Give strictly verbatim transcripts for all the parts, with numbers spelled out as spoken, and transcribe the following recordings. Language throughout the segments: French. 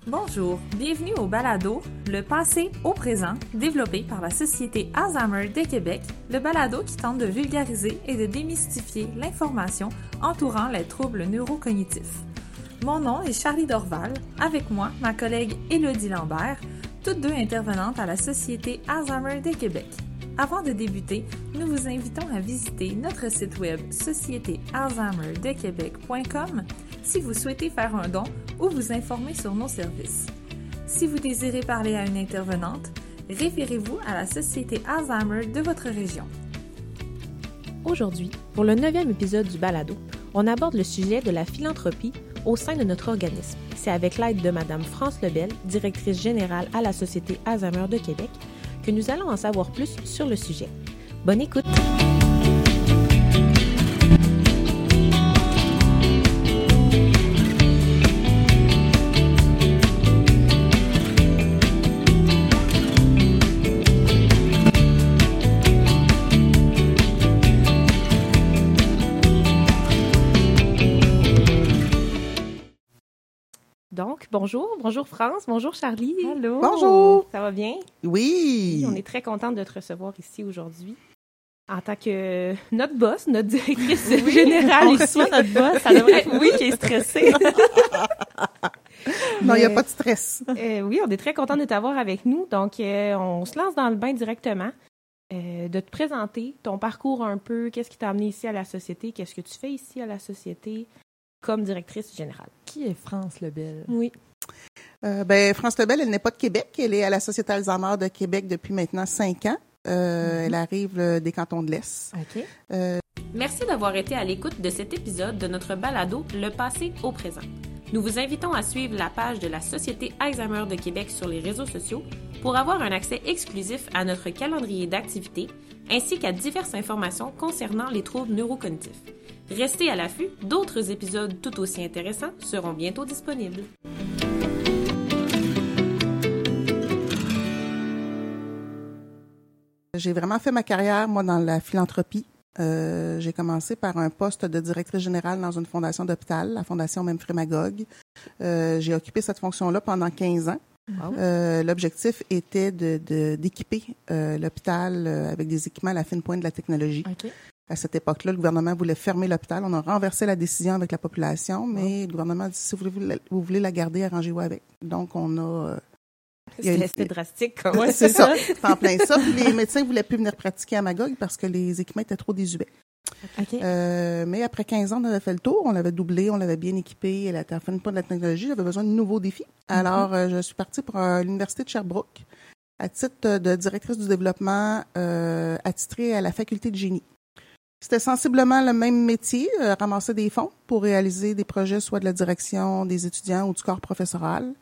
Bonjour, bienvenue au balado Le passé au présent, développé par la Société Alzheimer de Québec, le balado qui tente de vulgariser et de démystifier l'information entourant les troubles neurocognitifs. Mon nom est Charlie Dorval, avec moi ma collègue Élodie Lambert, toutes deux intervenantes à la Société Alzheimer de Québec. Avant de débuter, nous vous invitons à visiter notre site web société alzheimer de québec point com si vous souhaitez faire un don ou vous informer sur nos services. Si vous désirez parler à une intervenante, référez-vous à la Société Alzheimer de votre région. Aujourd'hui, pour le neuvième épisode du balado, on aborde le sujet de la philanthropie au sein de notre organisme. C'est avec l'aide de Madame France Lebel, directrice générale à la Société Alzheimer de Québec, que nous allons en savoir plus sur le sujet. Bonne écoute! Donc, bonjour, bonjour France, bonjour Charlie. Allô. Bonjour. Ça va bien? Oui. Oui, on est très contente de te recevoir ici aujourd'hui. En tant que notre boss, notre directrice oui. générale, et soit notre boss, ça devrait être oui qui est stressée. Non, il n'y a pas de stress. Euh, oui, on est très contente de t'avoir avec nous. Donc, euh, on se lance dans le bain directement. Euh, de te présenter ton parcours un peu, qu'est-ce qui t'a amené ici à la Société, qu'est-ce que tu fais ici à la Société comme directrice générale. Qui est France Lebel? Oui. Euh, ben, France Lebel, elle n'est pas de Québec. Elle est à la Société Alzheimer de Québec depuis maintenant cinq ans. Euh, mm-hmm. Elle arrive euh, des cantons de l'Est. OK. Euh, Merci d'avoir été à l'écoute de cet épisode de notre balado Le passé au présent. Nous vous invitons à suivre la page de la Société Alzheimer de Québec sur les réseaux sociaux pour avoir un accès exclusif à notre calendrier d'activités ainsi qu'à diverses informations concernant les troubles neurocognitifs. Restez à l'affût, d'autres épisodes tout aussi intéressants seront bientôt disponibles. J'ai vraiment fait ma carrière, moi, dans la philanthropie. Euh, j'ai commencé par un poste de directrice générale dans une fondation d'hôpital, la Fondation Memphremagog. Euh, j'ai occupé cette fonction-là pendant quinze ans. Wow. Euh, l'objectif était de, de, d'équiper euh, l'hôpital euh, avec des équipements à la fine pointe de la technologie. Okay. À cette époque-là, le gouvernement voulait fermer l'hôpital. On a renversé la décision avec la population, mais wow. le gouvernement a dit, si vous voulez, vous voulez la garder, arrangez-vous avec. Donc, on a... Euh, C'était, c'était drastique. Oui, c'est ça. C'est en plein ça. Puis les médecins ne voulaient plus venir pratiquer à Magog parce que les équipements étaient trop désuets. Okay. Euh, mais après quinze ans, on avait fait le tour. On l'avait doublé, on l'avait bien équipé. Elle était à la fin de la technologie. J'avais besoin de nouveaux défis. Alors, mm-hmm. euh, je suis partie pour euh, l'Université de Sherbrooke à titre de directrice du développement euh, attitrée à la faculté de génie. C'était sensiblement le même métier, euh, ramasser des fonds pour réaliser des projets, soit de la direction des étudiants ou du corps professoral.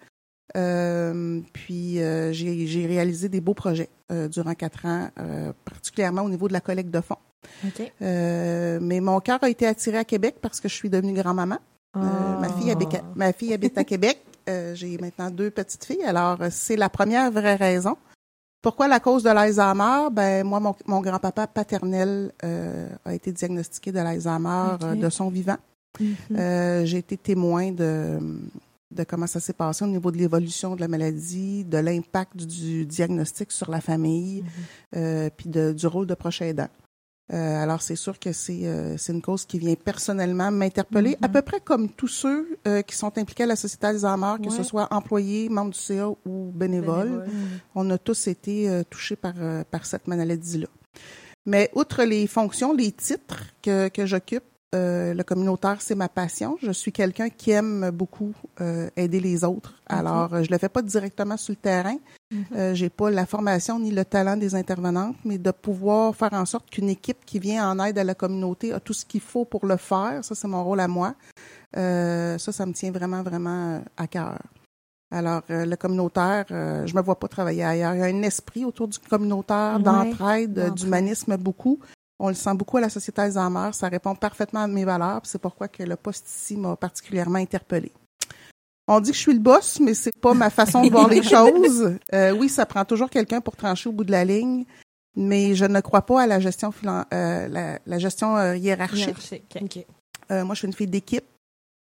Euh, puis euh, j'ai, j'ai réalisé des beaux projets euh, durant quatre ans, euh, particulièrement au niveau de la collecte de fonds. Okay. Euh, mais mon cœur a été attiré à Québec parce que je suis devenue grand-maman. Oh. Euh, ma fille habite, ma fille habite à Québec. Euh, j'ai maintenant deux petites filles. Alors, c'est la première vraie raison. Pourquoi la cause de l'Alzheimer? Ben moi, mon, mon grand-papa paternel euh, a été diagnostiqué de l'Alzheimer okay. euh, de son vivant. Mm-hmm. Euh, j'ai été témoin de... de comment ça s'est passé au niveau de l'évolution de la maladie, de l'impact du, du diagnostic sur la famille, mm-hmm. euh, puis de, du rôle de proche aidant. Euh, alors, c'est sûr que c'est, euh, c'est une cause qui vient personnellement m'interpeller, mm-hmm. à peu près comme tous ceux euh, qui sont impliqués à la Société Alzheimer, que ouais. ce soit employés, membres du C A ou bénévoles. Bénévole. On a tous été euh, touchés par, euh, par cette maladie-là. Mais outre les fonctions, les titres que, que j'occupe, Euh, le communautaire, c'est ma passion. Je suis quelqu'un qui aime beaucoup euh, aider les autres. Okay. Alors, euh, je le fais pas directement sur le terrain. Mm-hmm. Euh, j'ai pas la formation ni le talent des intervenantes, mais de pouvoir faire en sorte qu'une équipe qui vient en aide à la communauté a tout ce qu'il faut pour le faire. Ça, c'est mon rôle à moi. Euh, ça, ça me tient vraiment, vraiment à cœur. Alors, euh, le communautaire, euh, je me vois pas travailler ailleurs. Il y a un esprit autour du communautaire, ouais, d'entraide, d'entraide, d'humanisme beaucoup. On le sent beaucoup à la Société Alzheimer. Ça répond parfaitement à mes valeurs. C'est pourquoi que le poste ici m'a particulièrement interpellée. On dit que je suis le boss, mais c'est pas ma façon de voir les choses. Euh, oui, ça prend toujours quelqu'un pour trancher au bout de la ligne, mais je ne crois pas à la gestion, filan- euh, la, la gestion euh, hiérarchique. hiérarchique. Okay. Euh, moi, je suis une fille d'équipe.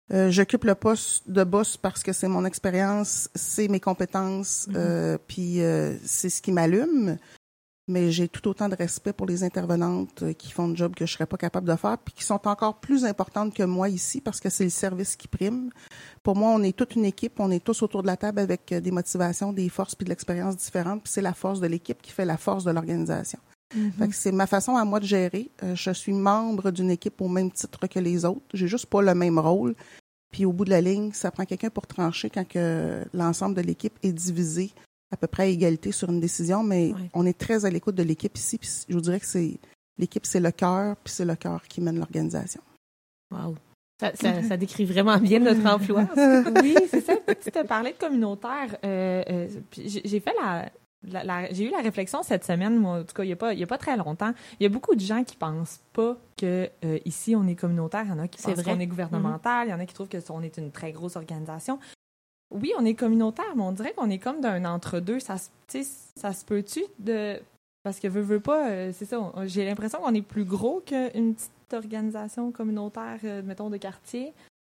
Euh, j'occupe le poste de boss parce que c'est mon expérience, c'est mes compétences, mm-hmm. euh, puis euh, c'est ce qui m'allume. Mais j'ai tout autant de respect pour les intervenantes qui font un job que je serais pas capable de faire, puis qui sont encore plus importantes que moi ici, parce que c'est le service qui prime. Pour moi, on est toute une équipe, on est tous autour de la table avec des motivations, des forces, puis de l'expérience différentes, puis c'est la force de l'équipe qui fait la force de l'organisation. Mm-hmm. Fait que c'est ma façon à moi de gérer. Euh, je suis membre d'une équipe au même titre que les autres. J'ai juste pas le même rôle. Puis au bout de la ligne, ça prend quelqu'un pour trancher quand que l'ensemble de l'équipe est divisé à peu près à égalité sur une décision, mais ouais. on est très à l'écoute de l'équipe ici. Puis je vous dirais que c'est l'équipe, c'est le cœur, puis c'est le cœur qui mène l'organisation. Wow. Ça, ça, ça décrit vraiment bien notre emploi. Oui, c'est ça. Tu te parlais de communautaire. Euh, euh, puis j'ai, j'ai fait la, la, la, j'ai eu la réflexion cette semaine, moi, en tout cas, il y a pas, il y a pas très longtemps. Il y a beaucoup de gens qui pensent pas que euh, ici on est communautaire. Il y en a qui c'est pensent vrai. qu'on est gouvernemental. Il mm-hmm. y en a qui trouvent que on est une très grosse organisation. Oui, on est communautaire, mais on dirait qu'on est comme d'un entre-deux. Ça, ça se peut-tu de... Parce que veux, veux pas, euh, c'est ça, on, j'ai l'impression qu'on est plus gros qu'une petite organisation communautaire, euh, mettons, de quartier.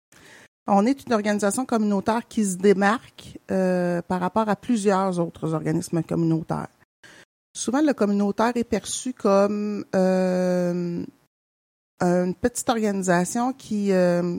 On est une organisation communautaire qui se démarque euh, par rapport à plusieurs autres organismes communautaires. Souvent, le communautaire est perçu comme euh, une petite organisation qui, euh,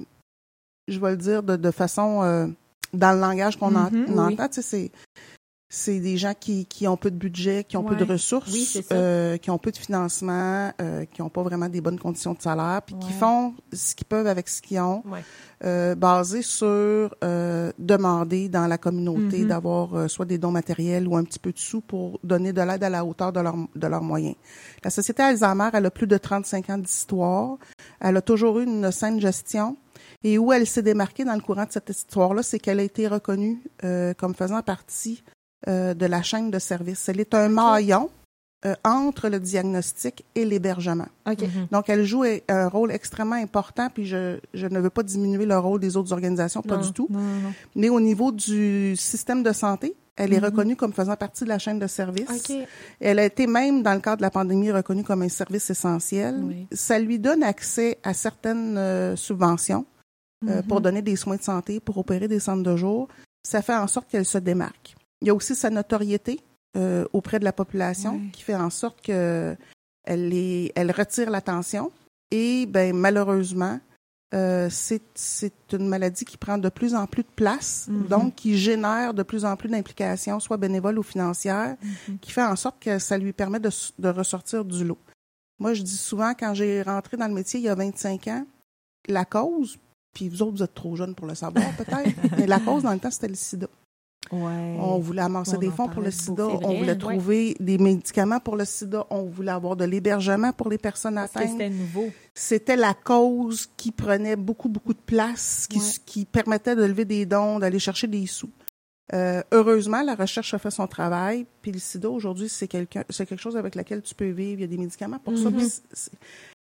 je vais le dire de, de façon... Euh, dans le langage qu'on mm-hmm, en, oui. entend, tu sais, c'est, c'est des gens qui, qui ont peu de budget, qui ont ouais. peu de ressources, oui, euh, qui ont peu de financement, euh, qui n'ont pas vraiment des bonnes conditions de salaire, puis ouais. qui font ce qu'ils peuvent avec ce qu'ils ont, ouais. euh, basé sur euh, demander dans la communauté mm-hmm. d'avoir euh, soit des dons matériels ou un petit peu de sous pour donner de l'aide à la hauteur de, leur, de leurs moyens. La Société Alzheimer, elle a plus de trente-cinq ans d'histoire. Elle a toujours eu une saine gestion. Et où elle s'est démarquée dans le courant de cette histoire-là, c'est qu'elle a été reconnue euh, comme faisant partie euh, de la chaîne de service. Elle est un okay. maillon euh, entre le diagnostic et l'hébergement. Okay. Mm-hmm. Donc, elle joue un rôle extrêmement important, puis je, je ne veux pas diminuer le rôle des autres organisations, pas non, du tout. Non, non, non. Mais au niveau du système de santé, elle mm-hmm. est reconnue comme faisant partie de la chaîne de service. Okay. Elle a été même, dans le cadre de la pandémie, reconnue comme un service essentiel. Oui. Ça lui donne accès à certaines euh, subventions. Euh, mm-hmm. pour donner des soins de santé, pour opérer des centres de jour, ça fait en sorte qu'elle se démarque. Il y a aussi sa notoriété euh, auprès de la population oui. qui fait en sorte que elle, les, elle retire l'attention et ben malheureusement, euh, c'est, c'est une maladie qui prend de plus en plus de place, mm-hmm. donc qui génère de plus en plus d'implications, soit bénévoles ou financières, mm-hmm. qui fait en sorte que ça lui permet de, de ressortir du lot. Moi, je dis souvent, quand j'ai rentré dans le métier il y a vingt-cinq ans, la cause, puis vous autres, vous êtes trop jeunes pour le savoir, peut-être. Mais la cause, dans le temps, c'était le sida. Ouais. On voulait amasser on des fonds pour le sida. Vrai, on voulait trouver ouais. des médicaments pour le sida. On voulait avoir de l'hébergement pour les personnes atteintes. Parce que c'était nouveau. C'était la cause qui prenait beaucoup, beaucoup de place, qui, ouais. qui permettait de lever des dons, d'aller chercher des sous. Euh, heureusement, la recherche a fait son travail. Puis le sida, aujourd'hui, c'est, quelqu'un, c'est quelque chose avec lequel tu peux vivre. Il y a des médicaments pour mm-hmm. ça. Puis c'est, c'est,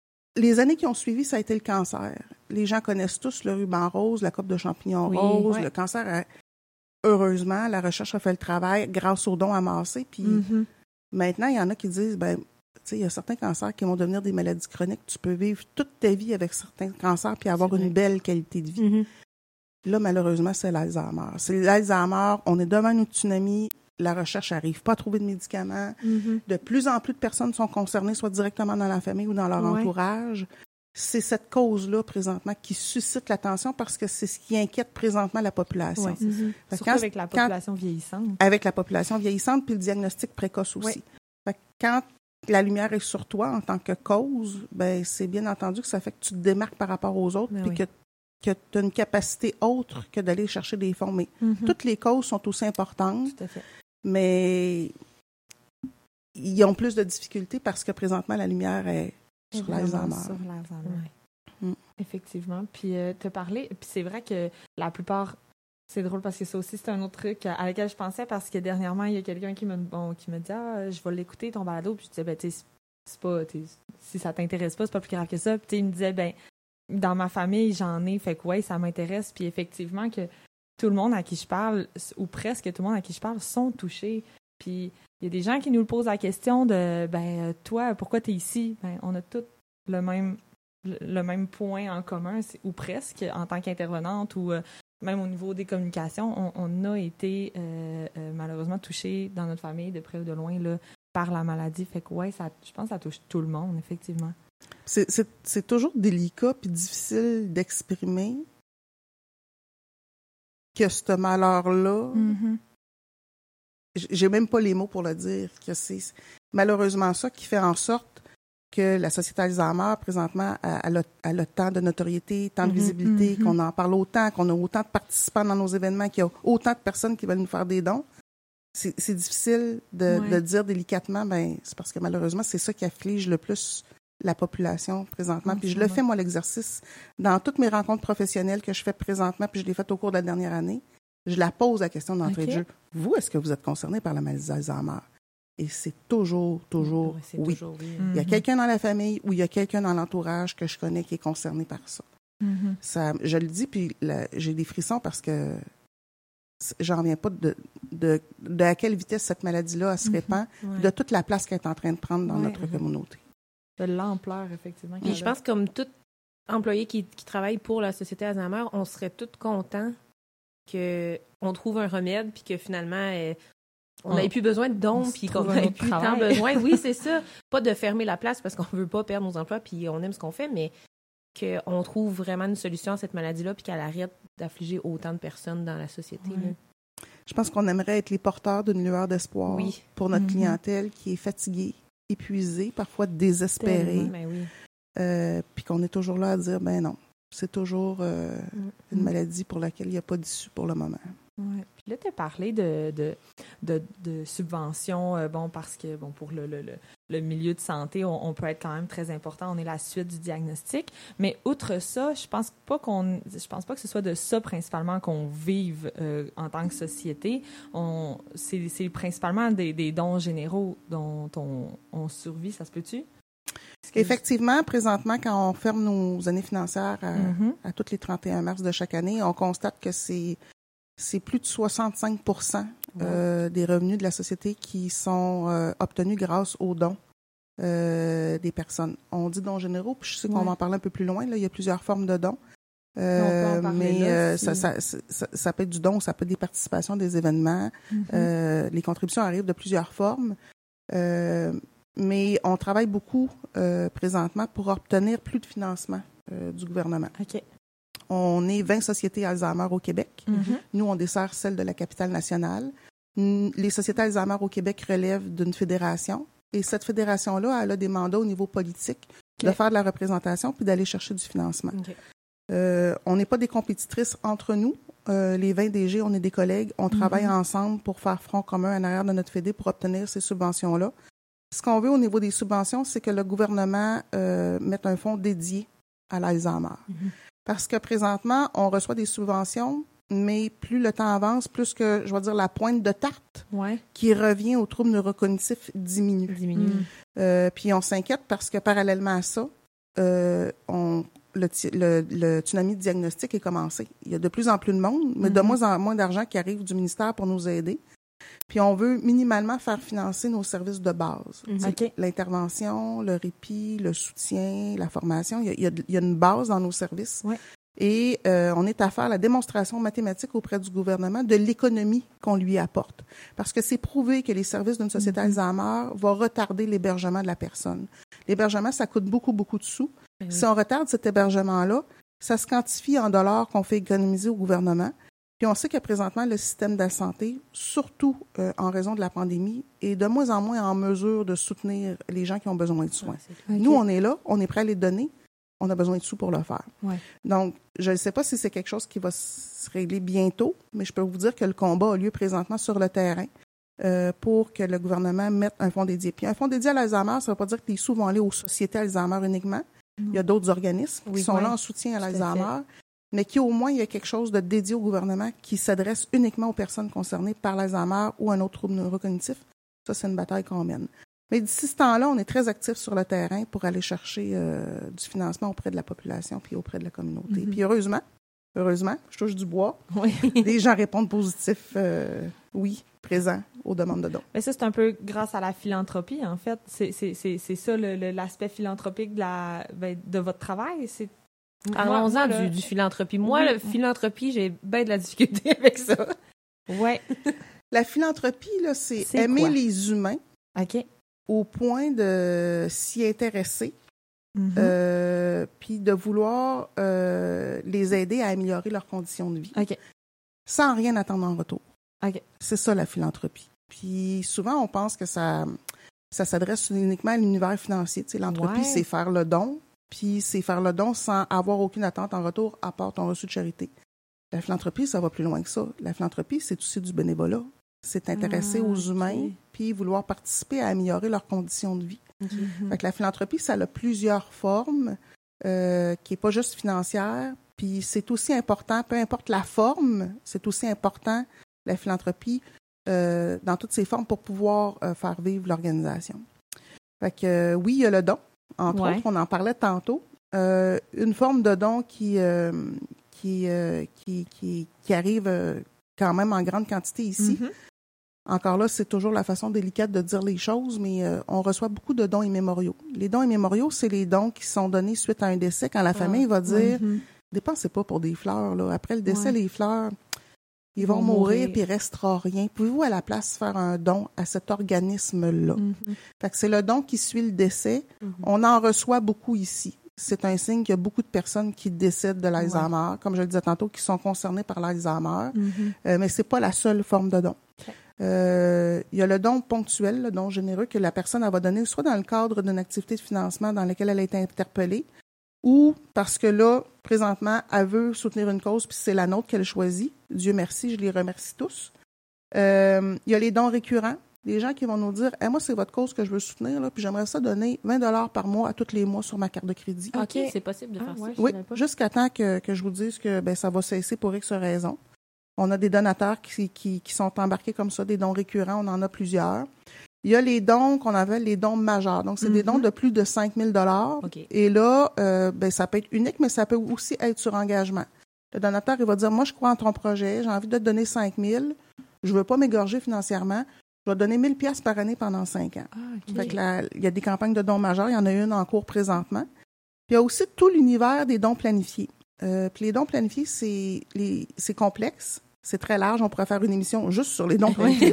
les années qui ont suivi, ça a été le cancer. Les gens connaissent tous le ruban rose, la coupe de champignons oui, rose, ouais. le cancer. A... Heureusement, la recherche a fait le travail grâce aux dons amassés. Puis mm-hmm. maintenant, il y en a qui disent, ben, tu sais, il y a certains cancers qui vont devenir des maladies chroniques. Tu peux vivre toute ta vie avec certains cancers puis avoir une belle qualité de vie. Mm-hmm. Là, malheureusement, c'est l'Alzheimer. C'est l'Alzheimer. On est devant une tsunami. La recherche n'arrive pas à trouver de médicaments. Mm-hmm. De plus en plus de personnes sont concernées, soit directement dans la famille ou dans leur ouais. entourage. C'est cette cause-là, présentement, qui suscite l'attention parce que c'est ce qui inquiète présentement la population. Ouais, mm-hmm. Surtout quand, avec la population quand, vieillissante. Avec la population vieillissante, puis le diagnostic précoce aussi. Ouais. Fait que quand la lumière est sur toi en tant que cause, ben c'est bien entendu que ça fait que tu te démarques par rapport aux autres, puis oui. que que tu as une capacité autre que d'aller chercher des fonds. Mais mm-hmm. toutes les causes sont aussi importantes. Tout à fait. Mais ils ont plus de difficultés parce que présentement, la lumière est sur l'Alzheimer. Sur l'Alzheimer, oui. Mm. Effectivement. Puis, euh, te parler, puis c'est vrai que la plupart, c'est drôle parce que ça aussi, c'est un autre truc à lequel je pensais parce que dernièrement, il y a quelqu'un qui me, bon, qui me dit « Ah, je vais l'écouter, ton balado. » Puis je disais « Ben, tu sais, c'est pas, si ça t'intéresse pas, c'est pas plus grave que ça. » Puis il me disait « Ben, dans ma famille, j'en ai, fait que ouais, ça m'intéresse. » Puis effectivement, que tout le monde à qui je parle, ou presque tout le monde à qui je parle, sont touchés. Puis il y a des gens qui nous posent la question de, ben, toi, pourquoi t'es ici? Ben, on a tous le même le, le même point en commun, c'est, ou presque, en tant qu'intervenante, ou euh, même au niveau des communications, on, on a été euh, euh, malheureusement touchés dans notre famille, de près ou de loin, là, par la maladie. Fait que ouais, ça, je pense que ça touche tout le monde, effectivement. C'est, c'est, c'est toujours délicat puis difficile d'exprimer que ce malheur-là, mm-hmm. j'ai même pas les mots pour le dire, que c'est malheureusement ça qui fait en sorte que la Société Alzheimer, présentement, elle a, elle a tant de notoriété, tant de mm-hmm. visibilité, mm-hmm. qu'on en parle autant, qu'on a autant de participants dans nos événements, qu'il y a autant de personnes qui veulent nous faire des dons. C'est, c'est difficile de, ouais. de dire délicatement, ben c'est parce que malheureusement, c'est ça qui afflige le plus la population présentement. Puis je le fais, moi, l'exercice, dans toutes mes rencontres professionnelles que je fais présentement, puis je l'ai fait au cours de la dernière année, je la pose la question d'entrée okay. de jeu. Vous, est-ce que vous êtes concerné par la maladie d'Alzheimer? Et c'est toujours, toujours oui. C'est oui. Toujours oui. Mm-hmm. Il y a quelqu'un dans la famille ou il y a quelqu'un dans l'entourage que je connais qui est concerné par ça. Mm-hmm. Ça je le dis, puis là, j'ai des frissons parce que j'en reviens pas de, de, de à quelle vitesse cette maladie-là se répand, mm-hmm. ouais. de toute la place qu'elle est en train de prendre dans ouais. notre mm-hmm. communauté. De l'ampleur, effectivement. Puis je pense que comme tout employé qui, qui travaille pour la Société Alzheimer, on serait tous contents qu'on trouve un remède, puis que finalement, euh, on n'avait plus besoin de dons, puis qu'on n'avait plus tant besoin. Oui, c'est ça. Pas de fermer la place parce qu'on ne veut pas perdre nos emplois, puis on aime ce qu'on fait, mais qu'on trouve vraiment une solution à cette maladie-là, puis qu'elle arrête d'affliger autant de personnes dans la société. Ouais. Je pense qu'on aimerait être les porteurs d'une lueur d'espoir oui. pour notre mm-hmm. clientèle qui est fatiguée, épuisée, parfois désespérée, ben oui. euh, puis qu'on est toujours là à dire, ben non, c'est toujours euh, mm-hmm. une maladie pour laquelle il n'y a pas d'issue pour le moment. Ouais. Puis là, tu as parlé de, de, de, de subventions, euh, bon, parce que bon, pour le, le, le milieu de santé, on, on peut être quand même très important. On est la suite du diagnostic. Mais outre ça, je pense pas qu'on, je pense pas que ce soit de ça principalement qu'on vive euh, en tant que société. On, c'est, c'est principalement des, des dons généraux dont on, on survit. Ça se peut-tu? Effectivement, présentement, quand on ferme nos années financières à, mm-hmm. à tous les trente et un mars de chaque année, on constate que c'est C'est plus de soixante-cinq pour cent euh, ouais. des revenus de la société qui sont euh, obtenus grâce aux dons euh, des personnes. On dit dons généraux, puis je sais qu'on ouais. va en parler un peu plus loin. Là, il y a plusieurs formes de dons. Euh, mais là, euh, si... ça, ça, ça, ça peut être du don, ça peut être des participations, des événements. Mm-hmm. Euh, les contributions arrivent de plusieurs formes. Euh, mais on travaille beaucoup euh, présentement pour obtenir plus de financement euh, du gouvernement. OK. On est vingt sociétés Alzheimer au Québec. Mm-hmm. Nous, on dessert celle de la capitale nationale. Les sociétés Alzheimer au Québec relèvent d'une fédération. Et cette fédération-là, elle a des mandats au niveau politique okay. de faire de la représentation puis d'aller chercher du financement. Okay. Euh, on n'est pas des compétitrices entre nous. Euh, les vingt D G, on est des collègues. On mm-hmm. travaille ensemble pour faire front commun en arrière de notre fédé pour obtenir ces subventions-là. Ce qu'on veut au niveau des subventions, c'est que le gouvernement euh, mette un fonds dédié à l'Alzheimer. Mm-hmm. Parce que présentement, on reçoit des subventions, mais plus le temps avance, plus que, je vais dire, la pointe de tarte ouais. qui revient aux troubles neurocognitifs diminue. diminue. Mm. Euh, puis on s'inquiète parce que parallèlement à ça, euh, on, le, le, le tsunami de diagnostic est commencé. Il y a de plus en plus de monde, mais mm-hmm. de moins en moins d'argent qui arrive du ministère pour nous aider. Puis on veut minimalement faire financer nos services de base. Mm-hmm. Okay. L'intervention, le répit, le soutien, la formation. Il y a, il y a, il y a une base dans nos services. Ouais. Et euh, on est à faire la démonstration mathématique auprès du gouvernement de l'économie qu'on lui apporte. Parce que c'est prouvé que les services d'une société mm-hmm. Alzheimer vont retarder l'hébergement de la personne. L'hébergement, ça coûte beaucoup, beaucoup de sous. Mm-hmm. Si on retarde cet hébergement-là, ça se quantifie en dollars qu'on fait économiser au gouvernement. Puis on sait que présentement, le système de la santé, surtout euh, en raison de la pandémie, est de moins en moins en mesure de soutenir les gens qui ont besoin de soins. Ouais, okay. Nous, on est là, on est prêt à les donner, on a besoin de sous pour le faire. Ouais. Donc, je ne sais pas si c'est quelque chose qui va se régler bientôt, mais je peux vous dire que le combat a lieu présentement sur le terrain euh, pour que le gouvernement mette un fonds dédié. Puis un fonds dédié à l'Alzheimer, ça ne veut pas dire que les sous vont aller aux sociétés Alzheimer uniquement. Mmh. Il y a d'autres organismes oui, qui sont ouais. là en soutien à l'Alzheimer, mais qui au moins, il y a quelque chose de dédié au gouvernement qui s'adresse uniquement aux personnes concernées par l'Alzheimer ou un autre trouble neurocognitif. Ça, c'est une bataille qu'on mène. Mais d'ici ce temps-là, on est très actifs sur le terrain pour aller chercher euh, du financement auprès de la population puis auprès de la communauté. Mm-hmm. Puis heureusement, heureusement, je touche du bois, oui. les gens répondent positif, euh, oui, présent aux demandes de dons. Mais ça, c'est un peu grâce à la philanthropie, en fait. C'est, c'est, c'est, c'est ça le, le, l'aspect philanthropique de, la, ben, de votre travail. C'est... Parlons-en du, le... du philanthropie. Moi, oui. la philanthropie, j'ai bien de la difficulté avec ça. Ouais. La philanthropie, là, c'est, c'est aimer quoi? Les humains OK. au point de s'y intéresser, mm-hmm. euh, puis de vouloir euh, les aider à améliorer leurs conditions de vie, OK. sans rien attendre en retour. OK. C'est ça, la philanthropie. Puis souvent, on pense que ça, ça s'adresse uniquement à l'univers financier. Tu sais, l'entropie, ouais. c'est faire le don, puis c'est faire le don sans avoir aucune attente en retour, à part ton reçu de charité. La philanthropie, ça va plus loin que ça. La philanthropie, c'est aussi du bénévolat. C'est t'intéresser ah, aux humains, okay. puis vouloir participer à améliorer leurs conditions de vie. Mm-hmm. Fait que la philanthropie, ça a plusieurs formes, euh, qui n'est pas juste financière, puis c'est aussi important, peu importe la forme, c'est aussi important, la philanthropie, euh, dans toutes ses formes pour pouvoir euh, faire vivre l'organisation. Fait que euh, oui, il y a le don, entre ouais. autres, on en parlait tantôt. Euh, une forme de don qui, euh, qui, euh, qui, qui, qui arrive euh, quand même en grande quantité ici. Mm-hmm. Encore là, c'est toujours la façon délicate de dire les choses, mais euh, on reçoit beaucoup de dons immémoriaux. Les dons immémoriaux, c'est les dons qui sont donnés suite à un décès, quand la famille ah, va dire mm-hmm. « Dépensez pas pour des fleurs. Là. Après le décès, ouais. les fleurs, ils, ils vont, vont mourir, mourir puis il ne restera rien. Pouvez-vous à la place faire un don à cet organisme-là? Mm-hmm. » Fait que c'est le don qui suit le décès. Mm-hmm. On en reçoit beaucoup ici. C'est un signe qu'il y a beaucoup de personnes qui décèdent de l'Alzheimer, ouais. comme je le disais tantôt, qui sont concernées par l'Alzheimer, mm-hmm. euh, mais ce n'est pas la seule forme de don. Okay. Euh, il y a le don ponctuel, le don généreux que la personne elle va donner soit dans le cadre d'une activité de financement dans laquelle elle a été interpellée ou parce que là, présentement, elle veut soutenir une cause puis c'est la nôtre qu'elle choisit. Dieu merci, je les remercie tous. Euh, il y a les dons récurrents. Des gens qui vont nous dire hey, « Moi, c'est votre cause que je veux soutenir, là, puis j'aimerais ça donner vingt dollars par mois à tous les mois sur ma carte de crédit. » OK, c'est possible de faire ah, ça. Ouais, oui, jusqu'à temps que, que je vous dise que ben, ça va cesser pour X raisons. On a des donateurs qui, qui, qui sont embarqués comme ça, des dons récurrents, on en a plusieurs. Il y a les dons qu'on appelle les dons majeurs. Donc, c'est mm-hmm. des dons de plus de cinq mille dollars. Okay. Et là, euh, ben, ça peut être unique, mais ça peut aussi être sur engagement. Le donateur, il va dire, moi, je crois en ton projet, j'ai envie de te donner cinq mille, je veux pas m'égorger financièrement, je vais te donner mille piastres par année pendant cinq ans. Ah, okay. Fait que là, il y a des campagnes de dons majeurs, il y en a une en cours présentement. Puis il y a aussi tout l'univers des dons planifiés. Euh, puis les dons planifiés, c'est, les, c'est complexe. C'est très large, on pourrait faire une émission juste sur les dons planifiés.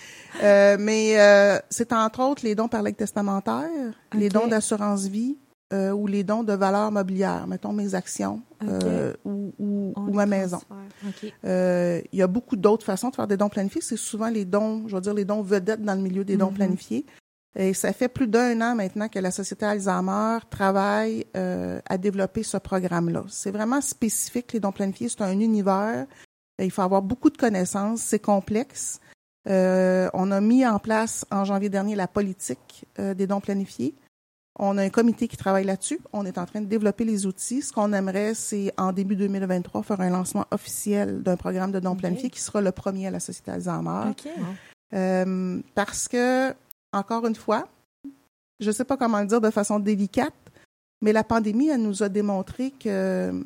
euh, mais euh, c'est entre autres les dons par legs testamentaire, okay. les dons d'assurance-vie euh, ou les dons de valeur mobilière, mettons mes actions okay. euh, ou, ou, ou ma maison. Okay. Euh, il y a beaucoup d'autres façons de faire des dons planifiés. C'est souvent les dons, je veux dire, les dons vedettes dans le milieu des mm-hmm. dons planifiés. Et ça fait plus d'un an maintenant que la Société Alzheimer travaille euh, à développer ce programme-là. C'est vraiment spécifique, les dons planifiés. C'est un univers. Il faut avoir beaucoup de connaissances, c'est complexe. Euh, on a mis en place en janvier dernier la politique euh, des dons planifiés. On a un comité qui travaille là-dessus. On est en train de développer les outils. Ce qu'on aimerait, c'est en début deux mille vingt-trois faire un lancement officiel d'un programme de dons okay. planifiés qui sera le premier à la Société Alzheimer. Okay. Euh, parce que, encore une fois, je ne sais pas comment le dire de façon délicate, mais la pandémie, elle nous a démontré que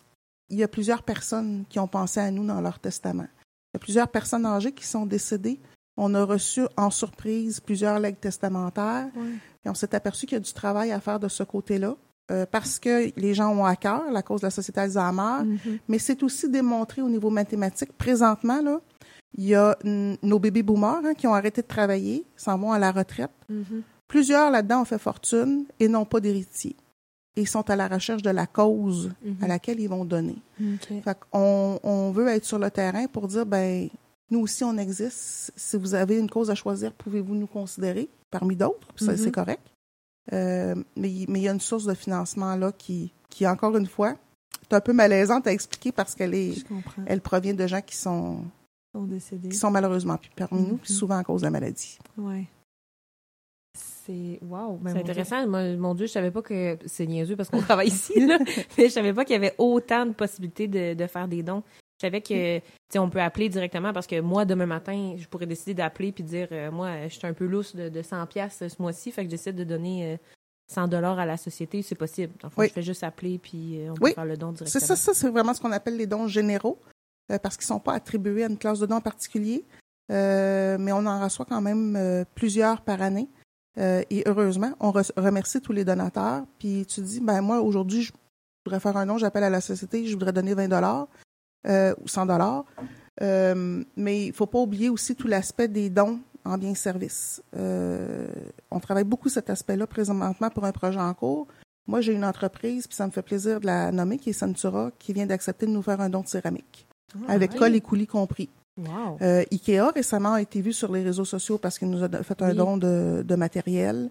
il y a plusieurs personnes qui ont pensé à nous dans leur testament. Il y a plusieurs personnes âgées qui sont décédées. On a reçu en surprise plusieurs legs testamentaires. Oui. Et on s'est aperçu qu'il y a du travail à faire de ce côté-là euh, parce que les gens ont à cœur la cause de la Société Alzheimer. Mm-hmm. Mais c'est aussi démontré au niveau mathématique. Présentement, là, il y a n- nos bébés boomers hein, qui ont arrêté de travailler, s'en vont à la retraite. Mm-hmm. Plusieurs là-dedans ont fait fortune et n'ont pas d'héritiers. Et sont à la recherche de la cause mm-hmm. à laquelle ils vont donner. Okay. Fait qu'on on veut être sur le terrain pour dire, ben nous aussi, on existe. Si vous avez une cause à choisir, pouvez-vous nous considérer parmi d'autres? Ça, mm-hmm. c'est correct. Euh, mais, mais il y a une source de financement là qui, qui encore une fois, est un peu malaisante à expliquer parce qu'elle est, elle provient de gens qui sont, sont décédés, qui sont malheureusement plus parmi mm-hmm. nous, puis souvent à cause de la maladie. Ouais. C'est wow, ben c'est intéressant. Moi, mon Dieu, je savais pas que c'est niaiseux parce qu'on travaille ici, là, mais je savais pas qu'il y avait autant de possibilités de, de faire des dons. Je savais que, tu sais, on peut appeler directement parce que moi, demain matin, je pourrais décider d'appeler puis dire, euh, moi, je suis un peu lousse de, de cent piastres ce mois-ci, fait que j'essaie de donner euh, cent dollars à la société, c'est possible. En fait, oui. je fais juste appeler puis euh, on peut oui. faire le don directement. C'est ça, ça, c'est vraiment ce qu'on appelle les dons généraux euh, parce qu'ils sont pas attribués à une classe de dons en particulier. euh, mais on en reçoit quand même euh, plusieurs par année. Euh, et heureusement, on re- remercie tous les donateurs. Puis tu dis, ben moi, aujourd'hui, je voudrais faire un don, j'appelle à la société, je voudrais donner vingt dollars euh, ou cent dollars. Euh, mais il ne faut pas oublier aussi tout l'aspect des dons en biens et services. Euh, on travaille beaucoup cet aspect-là présentement pour un projet en cours. Moi, j'ai une entreprise, puis ça me fait plaisir de la nommer, qui est Centura, qui vient d'accepter de nous faire un don de céramique, ah, avec oui. colle et coulis compris. Wow. Euh, Ikea, récemment, a été vu sur les réseaux sociaux parce qu'il nous a fait un oui. don de, de matériel.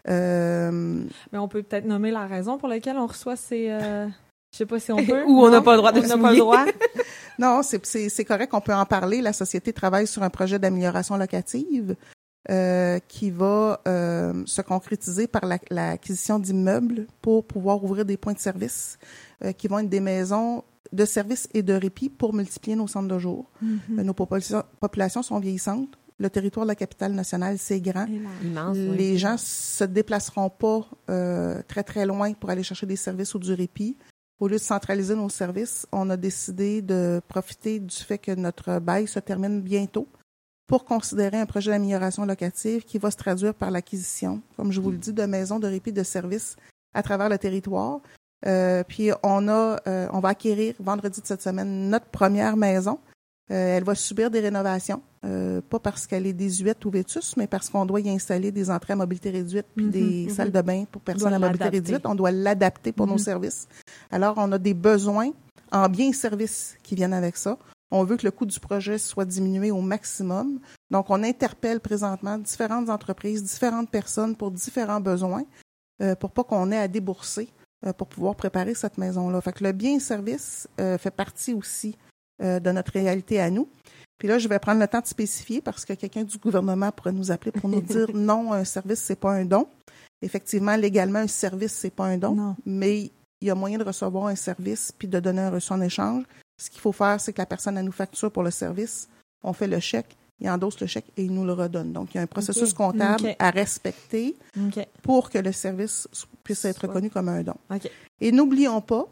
Euh... Mais on peut peut-être nommer la raison pour laquelle on reçoit ces... Euh... Je sais pas si on peut. Ou on n'a pas le droit de on n'a pas le droit. Non, c'est, c'est, c'est correct, on peut en parler. La société travaille sur un projet d'amélioration locative euh, qui va euh, se concrétiser par la, l'acquisition d'immeubles pour pouvoir ouvrir des points de service euh, qui vont être des maisons de service et de répit pour multiplier nos centres de jour. Mm-hmm. Euh, nos populations, populations sont vieillissantes. Le territoire de la capitale nationale, c'est grand. Immense, Les oui. gens se déplaceront pas euh, très, très loin pour aller chercher des services ou du répit. Au lieu de centraliser nos services, on a décidé de profiter du fait que notre bail se termine bientôt pour considérer un projet d'amélioration locative qui va se traduire par l'acquisition, comme je vous le dis, de maisons de répit de services à travers le territoire. Euh, puis on a, euh, on va acquérir vendredi de cette semaine notre première maison. Euh, elle va subir des rénovations, euh, pas parce qu'elle est désuète ou vétuste, mais parce qu'on doit y installer des entrées à mobilité réduite puis mm-hmm, des mm-hmm. salles de bain pour personnes à mobilité réduite. On doit l'adapter pour mm-hmm. nos services. Alors, on a des besoins en biens et services qui viennent avec ça. On veut que le coût du projet soit diminué au maximum. Donc, on interpelle présentement différentes entreprises, différentes personnes pour différents besoins, euh, pour pas qu'on ait à débourser euh, pour pouvoir préparer cette maison-là. Fait que le bien et service euh, fait partie aussi Euh, de notre réalité à nous. Puis là, je vais prendre le temps de spécifier parce que quelqu'un du gouvernement pourrait nous appeler pour nous dire non, un service, c'est pas un don. Effectivement, légalement, un service, c'est pas un don, non. Mais il y a moyen de recevoir un service puis de donner un reçu en échange. Ce qu'il faut faire, c'est que la personne elle nous facture pour le service, on fait le chèque, il endosse le chèque et il nous le redonne. Donc, il y a un processus okay. comptable okay. à respecter okay. pour que le service puisse être reconnu comme un don. Okay. Et n'oublions pas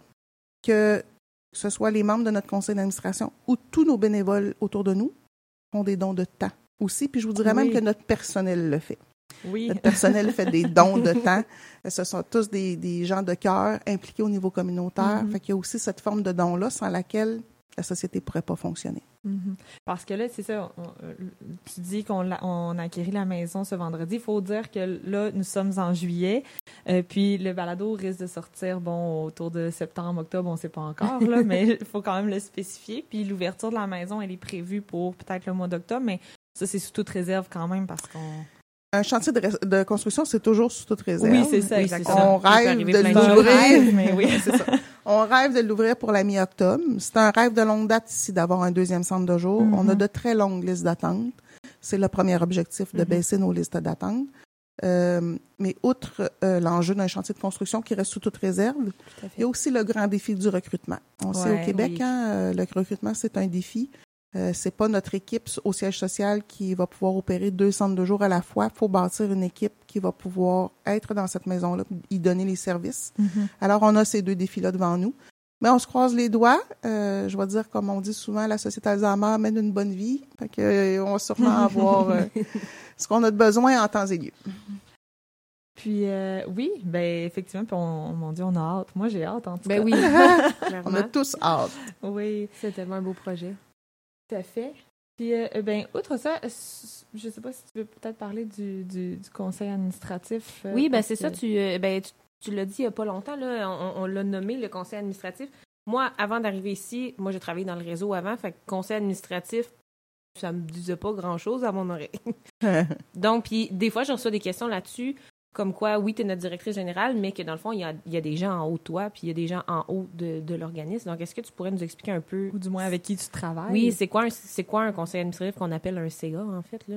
que que ce soit les membres de notre conseil d'administration ou tous nos bénévoles autour de nous, font des dons de temps aussi. Puis je vous dirais oui. même que notre personnel le fait. Oui. Notre personnel fait des dons de temps. Ce sont tous des, des gens de cœur impliqués au niveau communautaire. Mm-hmm. Fait qu'il y a aussi cette forme de don-là sans laquelle la société ne pourrait pas fonctionner. Mm-hmm. Parce que là, c'est ça, on, tu dis qu'on a, on a acquis la maison ce vendredi. Il faut dire que là, nous sommes en juillet, euh, puis le balado risque de sortir, bon, autour de septembre, octobre, on ne sait pas encore, là, mais il faut quand même le spécifier. Puis l'ouverture de la maison, elle est prévue pour peut-être le mois d'octobre, mais ça, c'est sous toute réserve quand même parce qu'on... Un chantier de, ré- de construction, c'est toujours sous toute réserve. Oui, c'est ça, oui, exactement. On rêve de l'ouvrir. Mais oui, c'est ça. On rêve de l'ouvrir pour la mi-octobre. C'est un rêve de longue date ici d'avoir un deuxième centre de jour. Mm-hmm. On a de très longues listes d'attente. C'est le premier objectif de mm-hmm. baisser nos listes d'attente. Euh, mais outre euh, l'enjeu d'un chantier de construction qui reste sous toute réserve, il y a aussi le grand défi du recrutement. On ouais, sait au Québec, oui. hein, euh, le recrutement, c'est un défi. Euh, c'est pas notre équipe au siège social qui va pouvoir opérer deux centres de jour à la fois. Il faut bâtir une équipe qui va pouvoir être dans cette maison-là, y donner les services. Mm-hmm. Alors, on a ces deux défis-là devant nous. Mais on se croise les doigts. Euh, je vais dire, comme on dit souvent, la Société Alzheimer mène une bonne vie. Fait que, euh, on va sûrement avoir euh, ce qu'on a de besoin en temps et lieu. Puis, euh, oui, ben effectivement, puis on, mon Dieu, on a hâte. Moi, j'ai hâte, en tout ben cas. Oui, on a tous hâte. Oui. C'est tellement un beau projet. Tout à fait. Puis, euh, ben, outre ça, je ne sais pas si tu veux peut-être parler du, du, du conseil administratif. Euh, oui, ben c'est que... ça. Tu, euh, ben, tu, tu l'as dit il n'y a pas longtemps, là, on, on l'a nommé le conseil administratif. Moi, avant d'arriver ici, moi, j'ai travaillé dans le réseau avant, fait que conseil administratif, ça me disait pas grand-chose à mon oreille. Donc, puis des fois, je reçois des questions là-dessus, comme quoi, oui, tu es notre directrice générale, mais que dans le fond, il y a, il y a des gens en haut de toi, puis il y a des gens en haut de, de l'organisme. Donc, est-ce que tu pourrais nous expliquer un peu... Ou du moins avec qui tu travailles? Oui, c'est quoi un, c'est quoi un conseil administratif qu'on appelle un C A, en fait, là?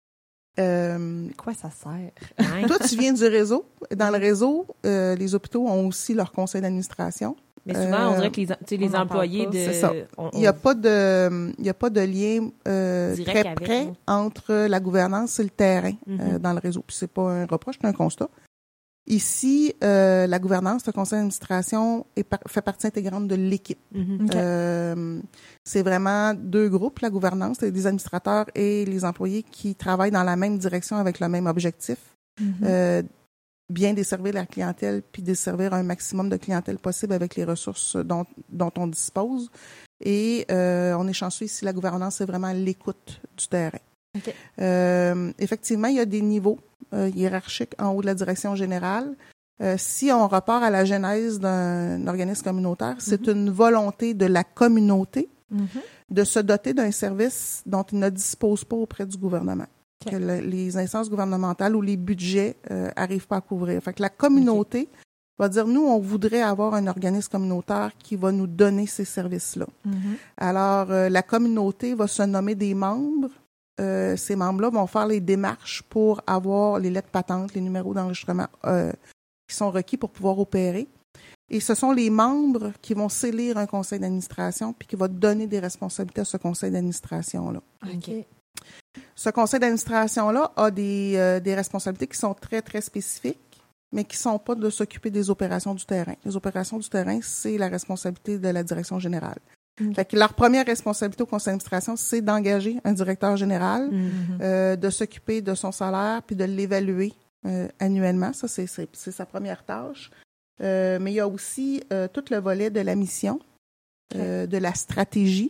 Euh, quoi ça sert? Ouais. Toi, tu viens du réseau. Dans le réseau, euh, les hôpitaux ont aussi leur conseil d'administration. Mais souvent, euh, on dirait que les, les employés de... C'est ça. On, on... Il n'y a pas de, il y a pas de lien euh, très avec, près oui. entre la gouvernance et le terrain mm-hmm. euh, dans le réseau. Puis c'est pas un reproche, c'est un constat. Ici, euh, la gouvernance, le conseil d'administration est par, fait partie intégrante de l'équipe. Mm-hmm. Okay. Euh, c'est vraiment deux groupes, la gouvernance, les administrateurs et les employés qui travaillent dans la même direction avec le même objectif. Mm-hmm. Euh, bien desservir la clientèle puis desservir un maximum de clientèle possible avec les ressources dont, dont on dispose. Et euh, on est chanceux ici, la gouvernance, c'est vraiment l'écoute du terrain. Okay. Euh, effectivement, il y a des niveaux euh, hiérarchiques en haut de la direction générale. Euh, si on repart à la genèse d'un organisme communautaire, mm-hmm. c'est une volonté de la communauté mm-hmm. de se doter d'un service dont il ne dispose pas auprès du gouvernement. Okay. Que le, les instances gouvernementales ou les budgets euh, arrivent pas à couvrir. Fait que la communauté okay. va dire, nous, on voudrait avoir un organisme communautaire qui va nous donner ces services-là. Mm-hmm. Alors, euh, la communauté va se nommer des membres. Euh, ces membres-là vont faire les démarches pour avoir les lettres patentes, les numéros d'enregistrement euh, qui sont requis pour pouvoir opérer. Et ce sont les membres qui vont s'élire un conseil d'administration puis qui va donner des responsabilités à ce conseil d'administration-là. OK. Ce conseil d'administration-là a des, euh, des responsabilités qui sont très, très spécifiques, mais qui ne sont pas de s'occuper des opérations du terrain. Les opérations du terrain, c'est la responsabilité de la direction générale. Mm-hmm. Fait que leur première responsabilité au conseil d'administration, c'est d'engager un directeur général, mm-hmm. euh, de s'occuper de son salaire puis de l'évaluer euh, annuellement. Ça, c'est, c'est, c'est sa première tâche. Euh, mais il y a aussi euh, tout le volet de la mission, euh, de la stratégie,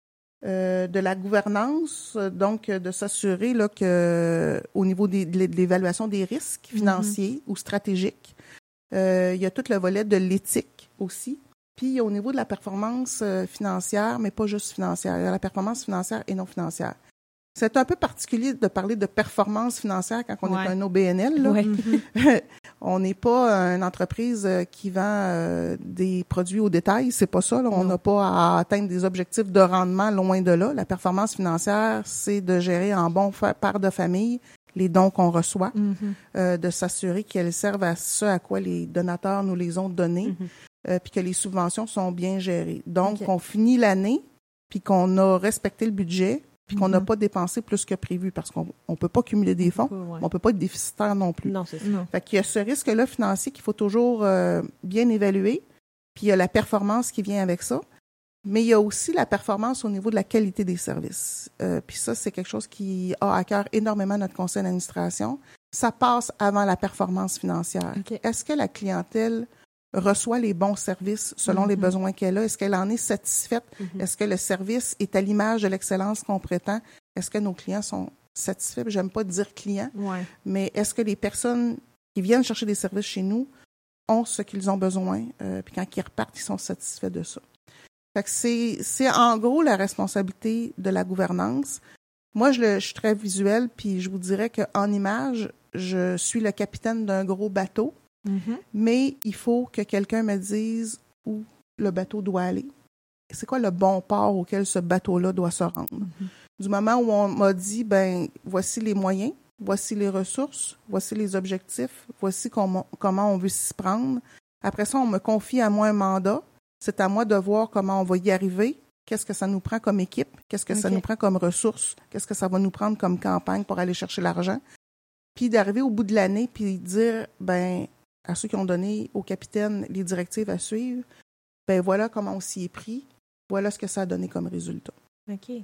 euh, de la gouvernance, donc de s'assurer là, que au niveau des, de l'évaluation des risques financiers mm-hmm. ou stratégiques, euh, il y a tout le volet de l'éthique aussi. Puis, au niveau de la performance euh, financière, mais pas juste financière, il y a la performance financière et non financière. C'est un peu particulier de parler de performance financière quand on ouais. est un O B N L. Là. Ouais. On n'est pas une entreprise qui vend euh, des produits au détail, c'est pas ça. Là. On n'a pas à atteindre des objectifs de rendement loin de là. La performance financière, c'est de gérer en bon fa- part de famille les dons qu'on reçoit, mm-hmm. euh, de s'assurer qu'elles servent à ce à quoi les donateurs nous les ont donnés. Mm-hmm. Euh, puis que les subventions sont bien gérées. Donc, okay. on finit l'année, puis qu'on a respecté le budget, puis mm-hmm. qu'on n'a pas dépensé plus que prévu, parce qu'on ne peut pas cumuler des fonds, ouais. on ne peut pas être déficitaire non plus. Non, c'est ça. Non. Fait qu'il y a ce risque-là financier qu'il faut toujours euh, bien évaluer, puis il y a la performance qui vient avec ça, mais il y a aussi la performance au niveau de la qualité des services. Euh, puis ça, c'est quelque chose qui a à cœur énormément notre conseil d'administration. Ça passe avant la performance financière. Okay. Est-ce que la clientèle reçoit les bons services selon mm-hmm. les besoins qu'elle a? Est-ce qu'elle en est satisfaite? Mm-hmm. Est-ce que le service est à l'image de l'excellence qu'on prétend? Est-ce que nos clients sont satisfaits? J'aime pas dire clients, ouais. mais est-ce que les personnes qui viennent chercher des services chez nous ont ce qu'ils ont besoin? Euh, puis quand ils repartent, ils sont satisfaits de ça. Fait que c'est, c'est en gros la responsabilité de la gouvernance. Moi, je, le, je suis très visuelle, puis je vous dirais qu'en image, je suis le capitaine d'un gros bateau. Mm-hmm. Mais il faut que quelqu'un me dise où le bateau doit aller. C'est quoi le bon port auquel ce bateau-là doit se rendre? Mm-hmm. Du moment où on m'a dit, ben voici les moyens, voici les ressources, voici les objectifs, voici comment, comment on veut s'y prendre. Après ça, on me confie à moi un mandat. C'est à moi de voir comment on va y arriver. Qu'est-ce que ça nous prend comme équipe? Qu'est-ce que okay. ça nous prend comme ressources? Qu'est-ce que ça va nous prendre comme campagne pour aller chercher l'argent? Puis d'arriver au bout de l'année, puis dire, ben à ceux qui ont donné au capitaine les directives à suivre, ben voilà comment on s'y est pris, voilà ce que ça a donné comme résultat. OK. Puis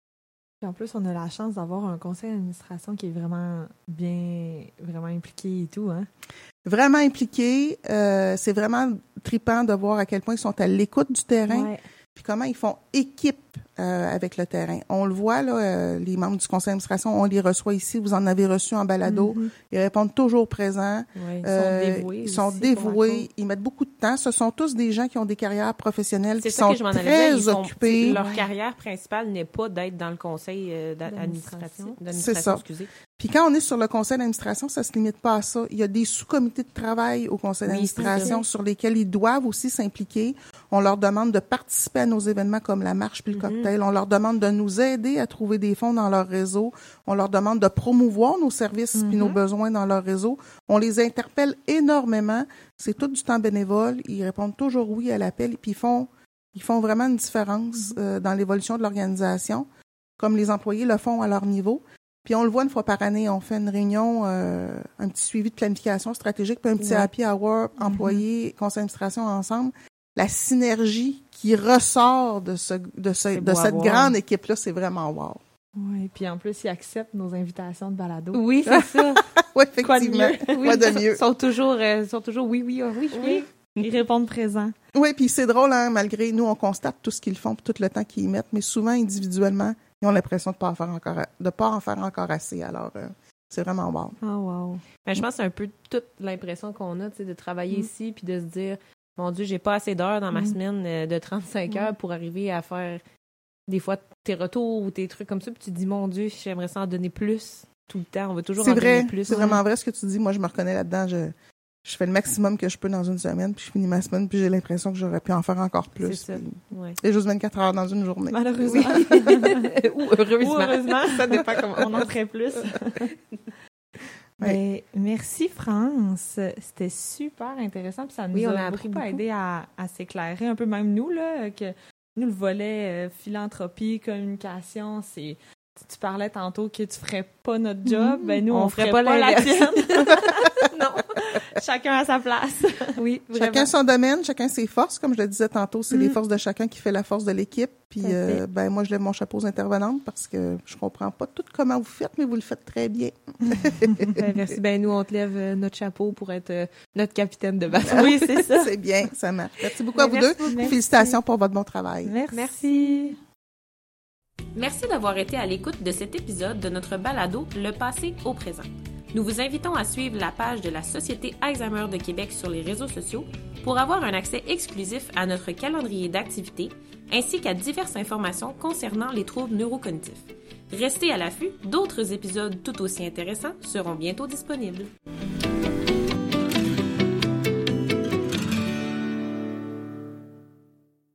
en plus, on a la chance d'avoir un conseil d'administration qui est vraiment bien, vraiment impliqué et tout, hein? Vraiment impliqué. Euh, c'est vraiment trippant de voir à quel point ils sont à l'écoute du terrain, ouais. puis comment ils font équipe euh, avec le terrain. On le voit, là, euh, les membres du conseil d'administration, on les reçoit ici, vous en avez reçu en balado. Mm-hmm. Ils répondent toujours présents. Ouais, ils euh, sont dévoués. Ils sont dévoués. Ils mettent beaucoup de temps. Ce sont tous des gens qui ont des carrières professionnelles, c'est qui sont que très dire, occupés. Sont, leur ouais. carrière principale n'est pas d'être dans le conseil euh, d'administration. d'administration c'est ça. Excusez. Puis quand on est sur le conseil d'administration, ça se limite pas à ça. Il y a des sous-comités de travail au conseil oui, d'administration sur lesquels ils doivent aussi s'impliquer. On leur demande de participer à nos événements comme la marche puis le mm-hmm. cocktail. On leur demande de nous aider à trouver des fonds dans leur réseau. On leur demande de promouvoir nos services mm-hmm. puis nos besoins dans leur réseau. On les interpelle énormément. C'est tout du temps bénévole. Ils répondent toujours oui à l'appel puis ils font, ils font vraiment une différence mm-hmm. euh, dans l'évolution de l'organisation, comme les employés le font à leur niveau. Puis on le voit une fois par année, on fait une réunion, euh, un petit suivi de planification stratégique, puis un petit ouais. happy hour, employés, mm-hmm. conseil d'administration ensemble. La synergie qui ressort de ce de ce de cette grande équipe-là, c'est vraiment wow. Oui, puis en plus, ils acceptent nos invitations de balado. Oui, c'est ça. Oui, effectivement. Quoi de mieux? Oui, de mieux? Ils sont toujours, euh, sont toujours oui, oui, oh, oui, oui. Ils répondent présent. Oui, puis c'est drôle, hein, malgré nous, on constate tout ce qu'ils font, tout le temps qu'ils y mettent, mais souvent, individuellement, ils ont l'impression de pas en faire encore, de pas en faire encore assez. Alors, euh, c'est vraiment wow. Oh, wow. Ben, je pense que c'est un peu toute l'impression qu'on a, tu sais, de travailler mm. ici, puis de se dire, mon Dieu, j'ai pas assez d'heures dans ma mm. semaine euh, de trente-cinq mm. heures pour arriver à faire des fois tes retours ou tes trucs comme ça, puis tu te dis, mon Dieu, j'aimerais ça en donner plus tout le temps. On va toujours c'est en vrai, donner plus. C'est ouais. vraiment vrai ce que tu dis. Moi, je me reconnais là-dedans. Je, je fais le maximum que je peux dans une semaine, puis je finis ma semaine, puis j'ai l'impression que j'aurais pu en faire encore plus. C'est ça. Ouais. Et juste vingt-quatre heures dans une journée. Malheureusement. Ou heureusement. Ou heureusement. Ça dépend comment on en ferait plus. Mais merci, France. C'était super intéressant, puis ça nous oui, a, on a appris beaucoup aidé à, à s'éclairer un peu, même nous, là, que nous, le volet euh, philanthropie, communication, c'est... Tu parlais tantôt que tu ferais pas notre job, mmh, ben nous, on, on ferait, ferait pas, pas la tienne. Non, chacun à sa place. Oui, vraiment. Chacun son domaine, chacun ses forces. Comme je le disais tantôt, c'est mmh. les forces de chacun qui fait la force de l'équipe. Puis, euh, ben moi, je lève mon chapeau aux intervenantes parce que je comprends pas tout comment vous faites, mais vous le faites très bien. Ben, merci. Ben nous, on te lève euh, notre chapeau pour être euh, notre capitaine de bateau. Oui, c'est ça. C'est bien, ça marche. Merci beaucoup ben, à vous deux. Merci. Félicitations pour votre bon travail. Merci. Merci. Merci d'avoir été à l'écoute de cet épisode de notre balado Le passé au présent. Nous vous invitons à suivre la page de la Société Alzheimer de Québec sur les réseaux sociaux pour avoir un accès exclusif à notre calendrier d'activités ainsi qu'à diverses informations concernant les troubles neurocognitifs. Restez à l'affût, d'autres épisodes tout aussi intéressants seront bientôt disponibles.